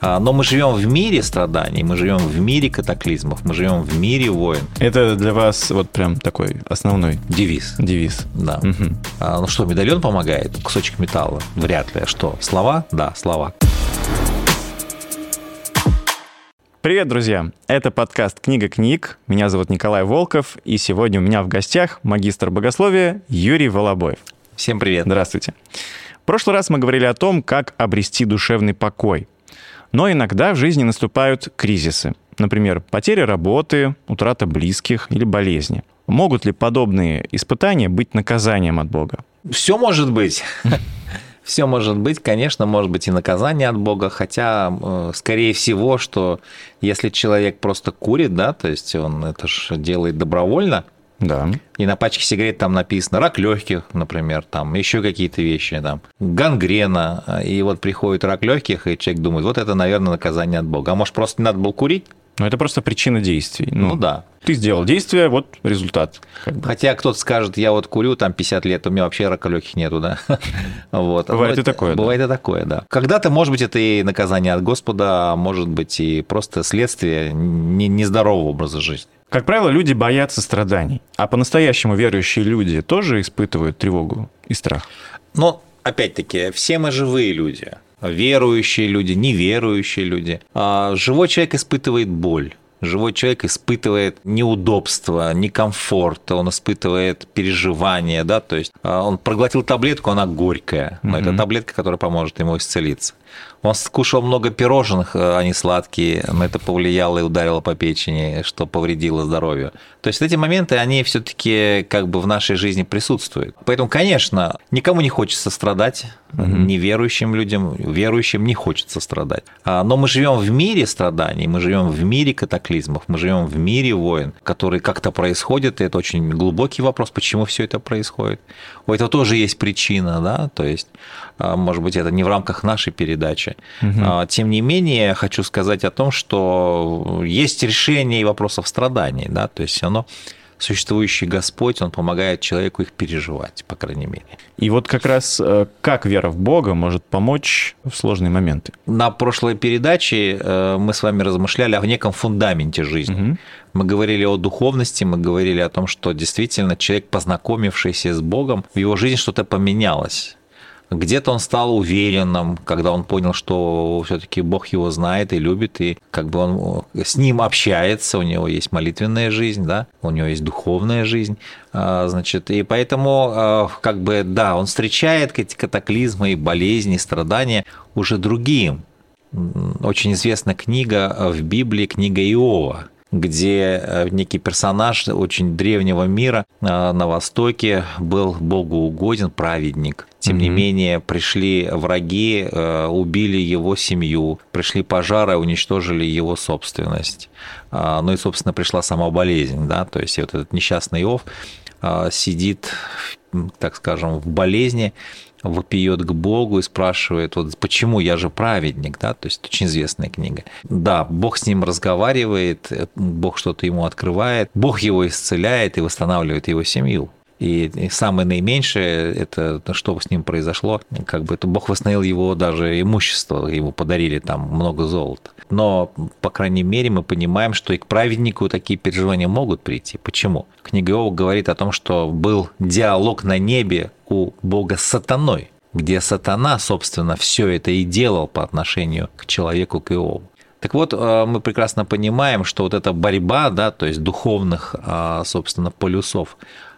Но мы живем в мире страданий, мы живем в мире катаклизмов, мы живем в мире войн. Это для вас вот прям такой основной девиз. Да. Угу. Ну что, медальон помогает? Кусочек металла? Вряд ли. Что, слова? Да, слова. Привет, друзья! Это подкаст «Книга книг». Меня зовут Николай Волков, и сегодня у меня в гостях магистр богословия Юрий Волобоев. Всем привет. Здравствуйте. В прошлый раз мы говорили о том, как обрести душевный покой. Но иногда в жизни наступают кризисы. Например, потеря работы, утрата близких или болезни. Могут ли подобные испытания быть наказанием от Бога? Все может быть. Все может быть, конечно, может быть и наказание от Бога, хотя, скорее всего, что если человек просто курит, да, то есть он это же делает добровольно, да. И на пачке сигарет там написано рак легких, например, там еще какие-то вещи, там гангрена, и вот приходит рак легких, и человек думает, вот это, наверное, наказание от Бога. А может, просто не надо было курить? Но это просто причина действий. Ну да. Ты сделал действие, вот результат. Хотя кто-то скажет, я вот курю там 50 лет, у меня вообще рака легких нету, да. Вот. Бывает и такое. Бывает и такое, да. Когда-то, может быть, это и наказание от Господа, а может быть, и просто следствие нездорового образа жизни. Как правило, люди боятся страданий. А по-настоящему верующие люди тоже испытывают тревогу и страх? Но, опять-таки, все мы живые люди. Верующие люди, неверующие люди. Живой человек испытывает боль. Живой человек испытывает неудобство, некомфорт, он испытывает переживания, да, то есть он проглотил таблетку, она горькая, но это таблетка, которая поможет ему исцелиться. Он скушал много пирожных, они сладкие, но это повлияло и ударило по печени, что повредило здоровью. То есть эти моменты, они все-таки как бы в нашей жизни присутствуют. Поэтому, конечно, никому не хочется страдать, неверующим людям, верующим не хочется страдать. Но мы живем в мире страданий, мы живем в мире катаклизмов, мы живем в мире войн, которые как-то происходят, и это очень глубокий вопрос, почему все это происходит. У этого тоже есть причина, да, то есть, может быть, это не в рамках нашей передачи. Тем не менее, хочу сказать о том, что есть решение вопросов страданий, да, то есть оно существующий Господь, Он помогает человеку их переживать, по крайней мере. И вот как раз как вера в Бога может помочь в сложные моменты? На прошлой передаче мы с вами размышляли о неком фундаменте жизни. Мы говорили о духовности, мы говорили о том, что действительно человек, познакомившийся с Богом, в его жизни что-то поменялось. Где-то он стал уверенным, когда он понял, что все-таки Бог его знает и любит, и как бы он с ним общается, у него есть молитвенная жизнь, да, у него есть духовная жизнь, значит, и поэтому как бы да, он встречает эти катаклизмы и болезни, и страдания уже другим. Очень известна книга в Библии, книга Иова, где некий персонаж очень древнего мира на Востоке был Богу угоден, праведник. Тем не менее, пришли враги, убили его семью, пришли пожары, уничтожили его собственность. Ну и, собственно, пришла сама болезнь, да, то есть вот этот несчастный Иов сидит, так скажем, в болезни, вопиет к Богу и спрашивает, вот почему я же праведник, да, то есть очень известная книга. Да, Бог с ним разговаривает, Бог что-то ему открывает, Бог его исцеляет и восстанавливает его семью. И самое наименьшее, это что с ним произошло, как бы это Бог восстановил его даже имущество, ему подарили там много золота. Но, по крайней мере, мы понимаем, что и к праведнику такие переживания могут прийти. Почему? Книга Иова говорит о том, что был диалог на небе у Бога с сатаной, где сатана, собственно, все это и делал по отношению к человеку, к Иову. Так вот, мы прекрасно понимаем, что вот эта борьба, да, то есть духовных, собственно, полюсов,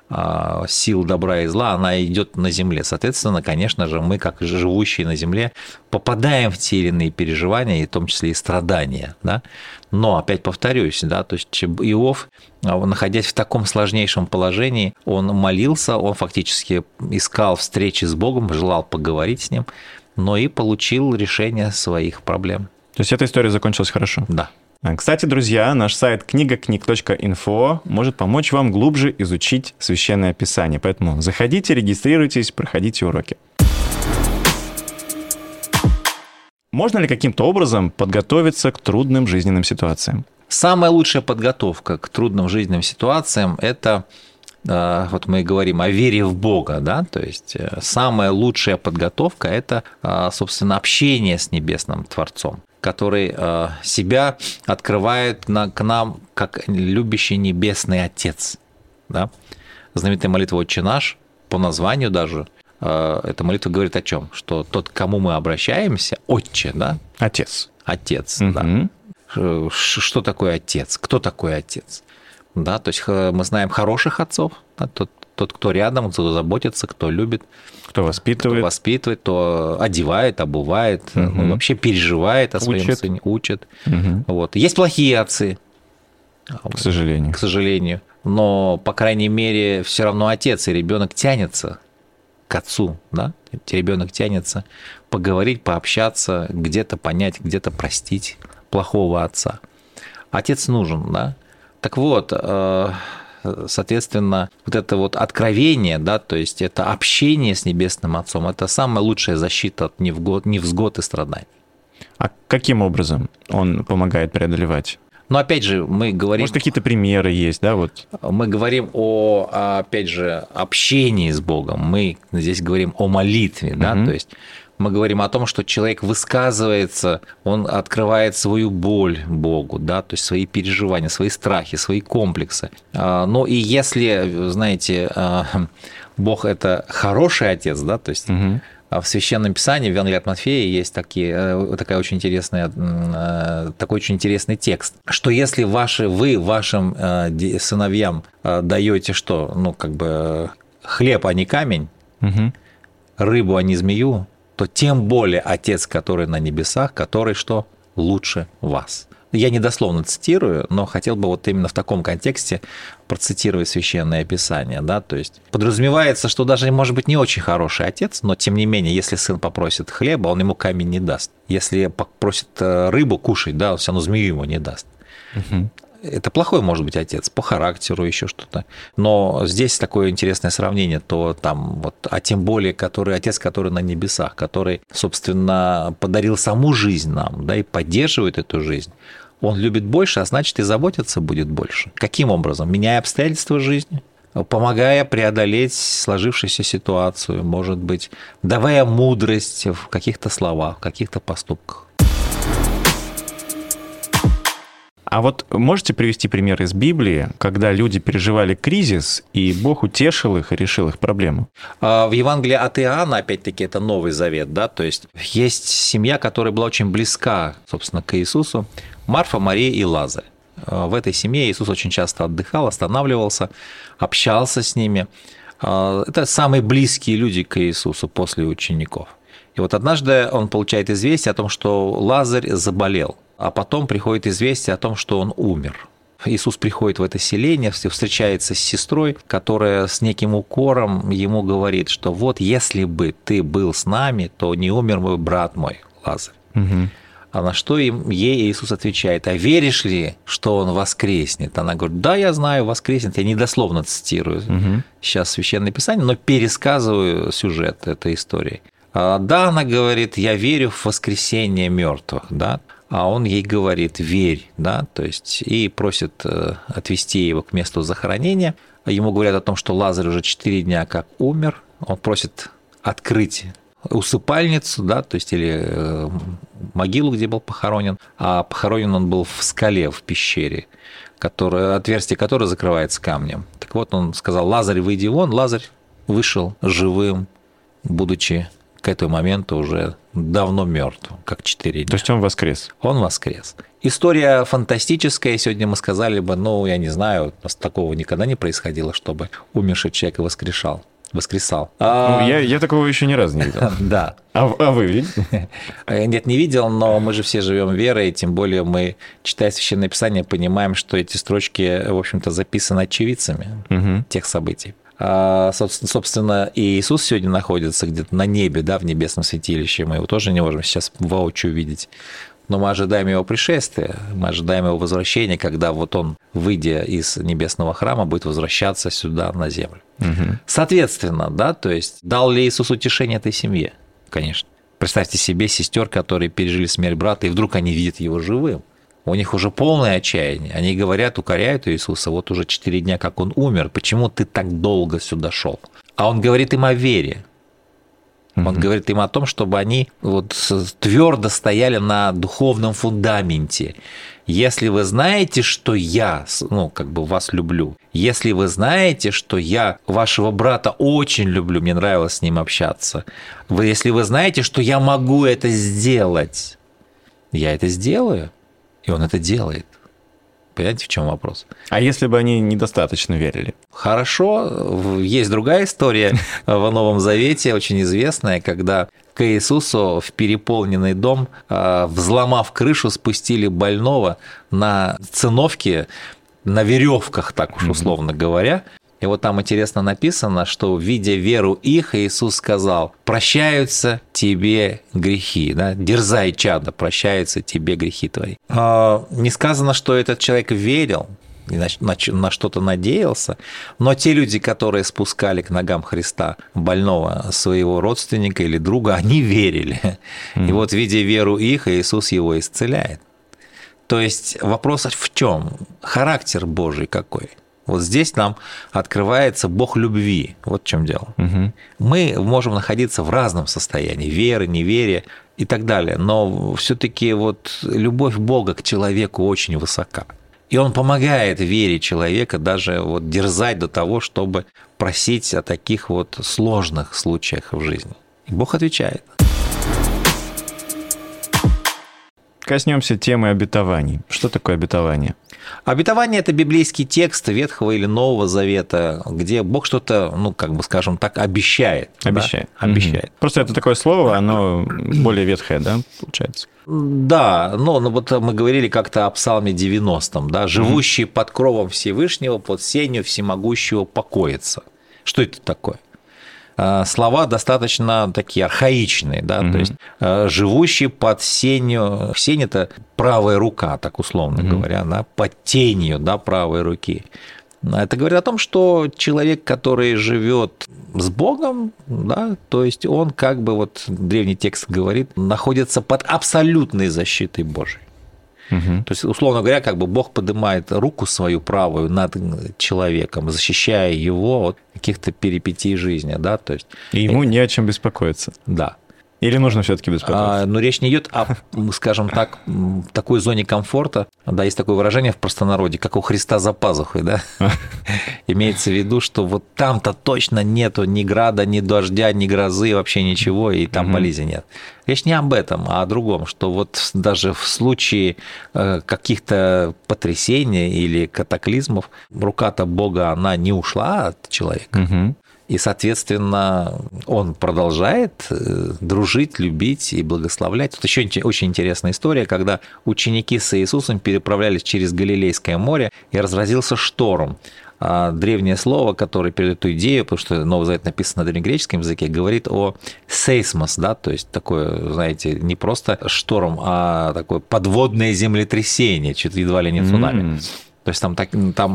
сил добра и зла, она идет на земле. Соответственно, конечно же, мы, как живущие на земле, попадаем в те или иные переживания, и в том числе и страдания. Да? Но, опять повторюсь, да, то есть Иов, находясь в таком сложнейшем положении, он молился, он фактически искал встречи с Богом, желал поговорить с Ним, но и получил решение своих проблем. То есть эта история закончилась хорошо? Да. Кстати, друзья, наш сайт книгакниг.инфо может помочь вам глубже изучить Священное Писание. Поэтому заходите, регистрируйтесь, проходите уроки. Можно ли каким-то образом подготовиться к трудным жизненным ситуациям? Самая лучшая подготовка к трудным жизненным ситуациям – это, вот мы говорим о вере в Бога, да, то есть самая лучшая подготовка – это, собственно, общение с Небесным Творцом. который себя открывает к нам как любящий небесный Отец. Да? Знаменитая молитва «Отче наш», по названию даже, эта молитва говорит о чем? Что тот, к кому мы обращаемся, Отче, да? Отец. Отец, да. Что такое Отец? Кто такой Отец? Да, то есть мы знаем хороших отцов, да, тот, кто рядом, кто заботится, кто любит, кто воспитывает, кто одевает, обувает, вообще переживает о своем сыне, учит. Вот. Есть плохие отцы, к сожалению. Но, по крайней мере, все равно отец, и ребенок тянется к отцу, да? Ребенок тянется поговорить, пообщаться, где-то понять, где-то простить плохого отца. Отец нужен, да? Так вот, соответственно, вот это вот откровение, да, то есть это общение с Небесным Отцом, это самая лучшая защита от невзгод и страданий. А каким образом он помогает преодолевать? Но опять же, мы говорим... Может, какие-то примеры есть, да? Вот. Мы говорим опять же, общении с Богом, мы здесь говорим о молитве, да, то есть мы говорим о том, что человек высказывается, он открывает свою боль Богу, да, то есть свои переживания, свои страхи, свои комплексы. Ну и если, знаете, Бог – это хороший Отец, да, то есть в Священном Писании, в Евангелии от Матфея есть такой очень интересный текст, что если вы вашим сыновьям даете что? Ну, как бы хлеб, а не камень, рыбу, а не змею, то тем более Отец, который на небесах, который что? Лучше вас. Я недословно цитирую, но хотел бы вот именно в таком контексте процитировать Священное Писание. Да? То есть подразумевается, что даже, может быть, не очень хороший отец, но тем не менее, если сын попросит хлеба, он ему камень не даст. Если попросит рыбу кушать, да, он все равно змею ему не даст. Это плохой, может быть, отец, по характеру, еще что-то. Но здесь такое интересное сравнение, то там вот, а тем более, отец, который на небесах, который, собственно, подарил саму жизнь нам, да, и поддерживает эту жизнь. Он любит больше, а значит, и заботиться будет больше. Каким образом? Меняя обстоятельства жизни, помогая преодолеть сложившуюся ситуацию, может быть, давая мудрость в каких-то словах, в каких-то поступках. А вот можете привести пример из Библии, когда люди переживали кризис, и Бог утешил их и решил их проблему? В Евангелии от Иоанна, опять-таки, это Новый Завет, да, то есть есть семья, которая была очень близка, собственно, к Иисусу, Марфа, Мария и Лазарь. В этой семье Иисус очень часто отдыхал, останавливался, общался с ними. Это самые близкие люди к Иисусу после учеников. И вот однажды он получает известие о том, что Лазарь заболел, а потом приходит известие о том, что он умер. Иисус приходит в это селение, встречается с сестрой, которая с неким укором ему говорит, что вот если бы ты был с нами, то не умер бы брат мой Лазарь. А на что ей Иисус отвечает: а веришь ли, что он воскреснет? Она говорит: да, я знаю, воскреснет. Я недословно цитирую сейчас Священное Писание, но пересказываю сюжет этой истории. Да, она говорит: я верю в воскресение мертвых, да. А он ей говорит: верь, да, то есть, и просит отвезти его к месту захоронения. Ему говорят о том, что Лазарь уже 4 дня как умер. Он просит открыть усыпальницу, да, то есть, или могилу, где был похоронен. А похоронен он был в скале, в пещере, отверстие которой закрывается камнем. Так вот, он сказал: Лазарь, выйди вон. Лазарь вышел живым, будучи к этому моменту уже давно мертв, как 4 дня. То есть он воскрес? Он воскрес. История фантастическая. Сегодня мы сказали бы, я не знаю, такого никогда не происходило, чтобы умерший человек воскресал. Я такого еще ни разу не видел. Да. А вы видели? Нет, не видел, но мы же все живем верой, тем более мы, читая Священное Писание, понимаем, что эти строчки, в общем-то, записаны очевидцами тех событий. Собственно, и Иисус сегодня находится где-то на небе, да, в небесном святилище. Мы его тоже не можем сейчас воочию видеть. Но мы ожидаем его пришествия, мы ожидаем его возвращения, когда вот он, выйдя из небесного храма, будет возвращаться сюда, на землю. Соответственно, да, то есть дал ли Иисус утешение этой семье? Конечно. Представьте себе сестер, которые пережили смерть брата, и вдруг они видят его живым. У них уже полное отчаяние. Они говорят, укоряют Иисуса: вот уже 4 дня, как он умер, почему ты так долго сюда шел? А он говорит им о вере. Он говорит им о том, чтобы они вот твердо стояли на духовном фундаменте. Если вы знаете, что я, вас люблю, если вы знаете, что я вашего брата очень люблю, мне нравилось с ним общаться, если вы знаете, что я могу это сделать, я это сделаю, и он это делает. Понимаете, в чем вопрос? А если бы они недостаточно верили? Хорошо. Есть другая история в Новом Завете, очень известная, когда к Иисусу в переполненный дом, взломав крышу, спустили больного на циновке, на веревках, так уж условно говоря. И вот там интересно написано, что, видя веру их, Иисус сказал: «Прощаются тебе грехи». Да? «Дерзай, чадо, прощаются тебе грехи твои». Не сказано, что этот человек верил, на что-то надеялся, но те люди, которые спускали к ногам Христа больного своего родственника или друга, они верили. И вот, видя веру их, Иисус его исцеляет. То есть вопрос в чем? Характер Божий какой? Вот здесь нам открывается Бог любви. Вот в чем дело. Мы можем находиться в разном состоянии: веры, неверия и так далее. Но все-таки вот любовь Бога к человеку очень высока. И Он помогает вере человека даже вот дерзать до того, чтобы просить о таких вот сложных случаях в жизни. И Бог отвечает. Коснемся темы обетований. Что такое обетование? Обетование – это библейский текст Ветхого или Нового Завета, где Бог что-то, скажем так, обещает. Обещает. Да? Обещает. Просто это такое слово, оно более ветхое, да, получается? Да, но вот мы говорили как-то о Псалме 90, да, «Живущий под кровом Всевышнего, под сенью всемогущего покоится». Что это такое? Слова достаточно такие архаичные, да, то есть живущий под сенью, сень – это правая рука, так условно говоря, да, под тенью, да, правой руки. Это говорит о том, что человек, который живет с Богом, да, то есть он вот древний текст говорит, находится под абсолютной защитой Божией. То есть, условно говоря, Бог поднимает руку свою правую над человеком, защищая его от каких-то перипетий жизни, да, то есть... И ему не о чем беспокоиться. Да. Или нужно все-таки беспокоиться? Но речь не идет о, скажем так, такой зоне комфорта. Да, есть такое выражение в простонародье, как у Христа за пазухой, да. Имеется в виду, что вот там-то точно нету ни града, ни дождя, ни грозы, вообще ничего, и там болезни нет. Речь не об этом, а о другом, что вот даже в случае каких-то потрясений или катаклизмов рука-то Бога, она не ушла от человека. И, соответственно, он продолжает дружить, любить и благословлять. Тут еще очень интересная история, когда ученики с Иисусом переправлялись через Галилейское море, и разразился шторм. Древнее слово, которое передает эту идею, потому что Новый Завет написан на древнегреческом языке, говорит о сейсмос, да, то есть такое, знаете, не просто шторм, а такое подводное землетрясение, чуть едва ли не цунами. То есть там,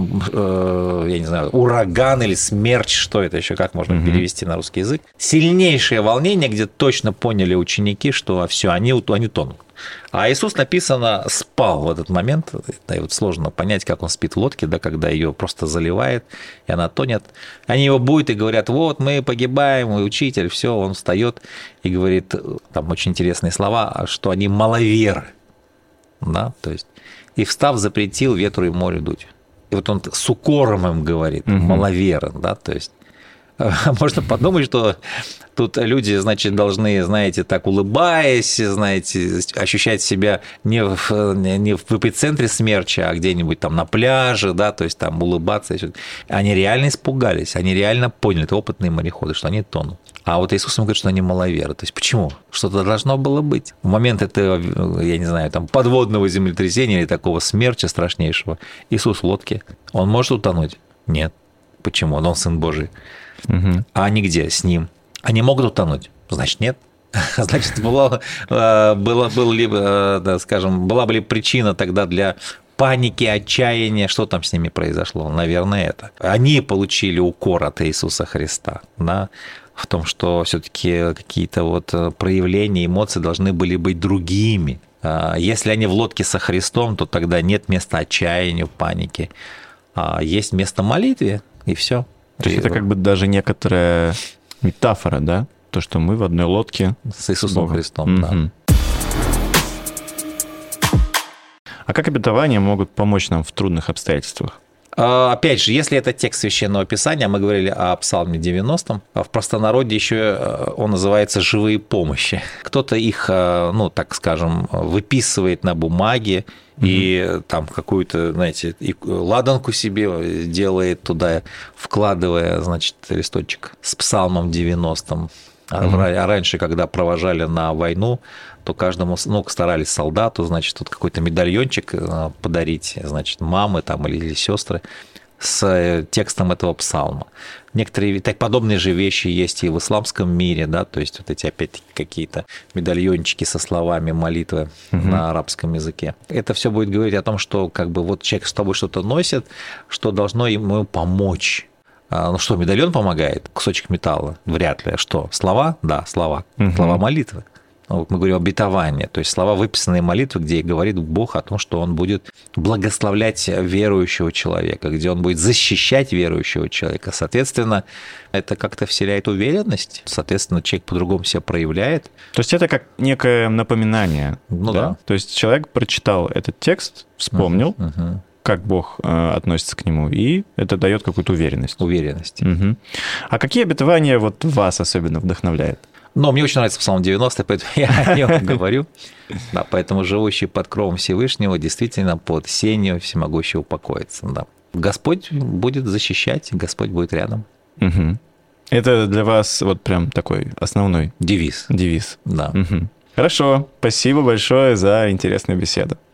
я не знаю, ураган или смерч, что это еще, как можно перевести на русский язык. Сильнейшее волнение, где точно поняли ученики, что все, они тонут. А Иисус, написано, спал в этот момент. И вот сложно понять, как он спит в лодке, да, когда ее просто заливает, и она тонет. Они его будут и говорят: вот, мы погибаем, и учитель, все, он встает и говорит, там очень интересные слова, что они маловеры. Да, то есть... И, встав, запретил ветру и морю дуть. И вот он с укором им говорит, маловеры, да, то есть можно подумать, что тут люди, значит, должны, знаете, так улыбаясь, знаете, ощущать себя не в эпицентре смерча, а где-нибудь там на пляже, да, то есть там улыбаться. Они реально испугались, они реально поняли, это опытные мореходы, что они тонут. А вот Иисус им говорит, что они маловеры. То есть почему? Что-то должно было быть. В момент этого, я не знаю, там подводного землетрясения или такого смерча страшнейшего, Иисус в лодке, он может утонуть? Нет. Почему? Он Сын Божий. А они где? С Ним. Они могут утонуть? Значит, нет. Значит, была бы ли причина тогда для паники, отчаяния, что там с ними произошло? Наверное, это. Они получили укор от Иисуса Христа, да, в том, что все-таки какие-то вот проявления, эмоции должны были быть другими. Если они в лодке со Христом, то тогда нет места отчаянию, панике, есть место молитве, и все. То есть это как бы даже некоторая метафора, да? То, что мы в одной лодке с Иисусом Христом, да. А как обетования могут помочь нам в трудных обстоятельствах? Опять же, если это текст Священного Писания, мы говорили о Псалме 90, в простонародье еще он называется «живые помощи». Кто-то их, так скажем, выписывает на бумаге, и там какую-то, знаете, ладанку себе делает туда, вкладывая, значит, листочек с Псалмом 90. А раньше, когда провожали на войну, то каждому, старались солдату, значит, тут какой-то медальончик подарить, значит, мамы там или сестры с текстом этого псалма. Некоторые подобные же вещи есть и в исламском мире, да, то есть вот эти, опять-таки, какие-то медальончики со словами молитвы на арабском языке. Это все будет говорить о том, что как бы вот человек с тобой что-то носит, что должно ему помочь. Что, медальон помогает? Кусочек металла? Вряд ли. Что, слова? Да, слова. Слова молитвы. Мы говорим обетование, то есть слова, выписанные молитвы, где говорит Бог о том, что Он будет благословлять верующего человека, где Он будет защищать верующего человека. Соответственно, это как-то вселяет уверенность, соответственно, человек по-другому себя проявляет. То есть это как некое напоминание. Да? То есть человек прочитал этот текст, вспомнил, как Бог относится к нему, и это дает какую-то уверенность. Уверенность. А какие обетования вот вас особенно вдохновляют? Но мне очень нравится Псалом 90, поэтому я о нем говорю. Да, поэтому живущий под кровом Всевышнего действительно под сенью всемогущего покоится. Да. Господь будет защищать, Господь будет рядом. Это для вас вот прям такой основной девиз. Девиз. Да. Хорошо, спасибо большое за интересную беседу.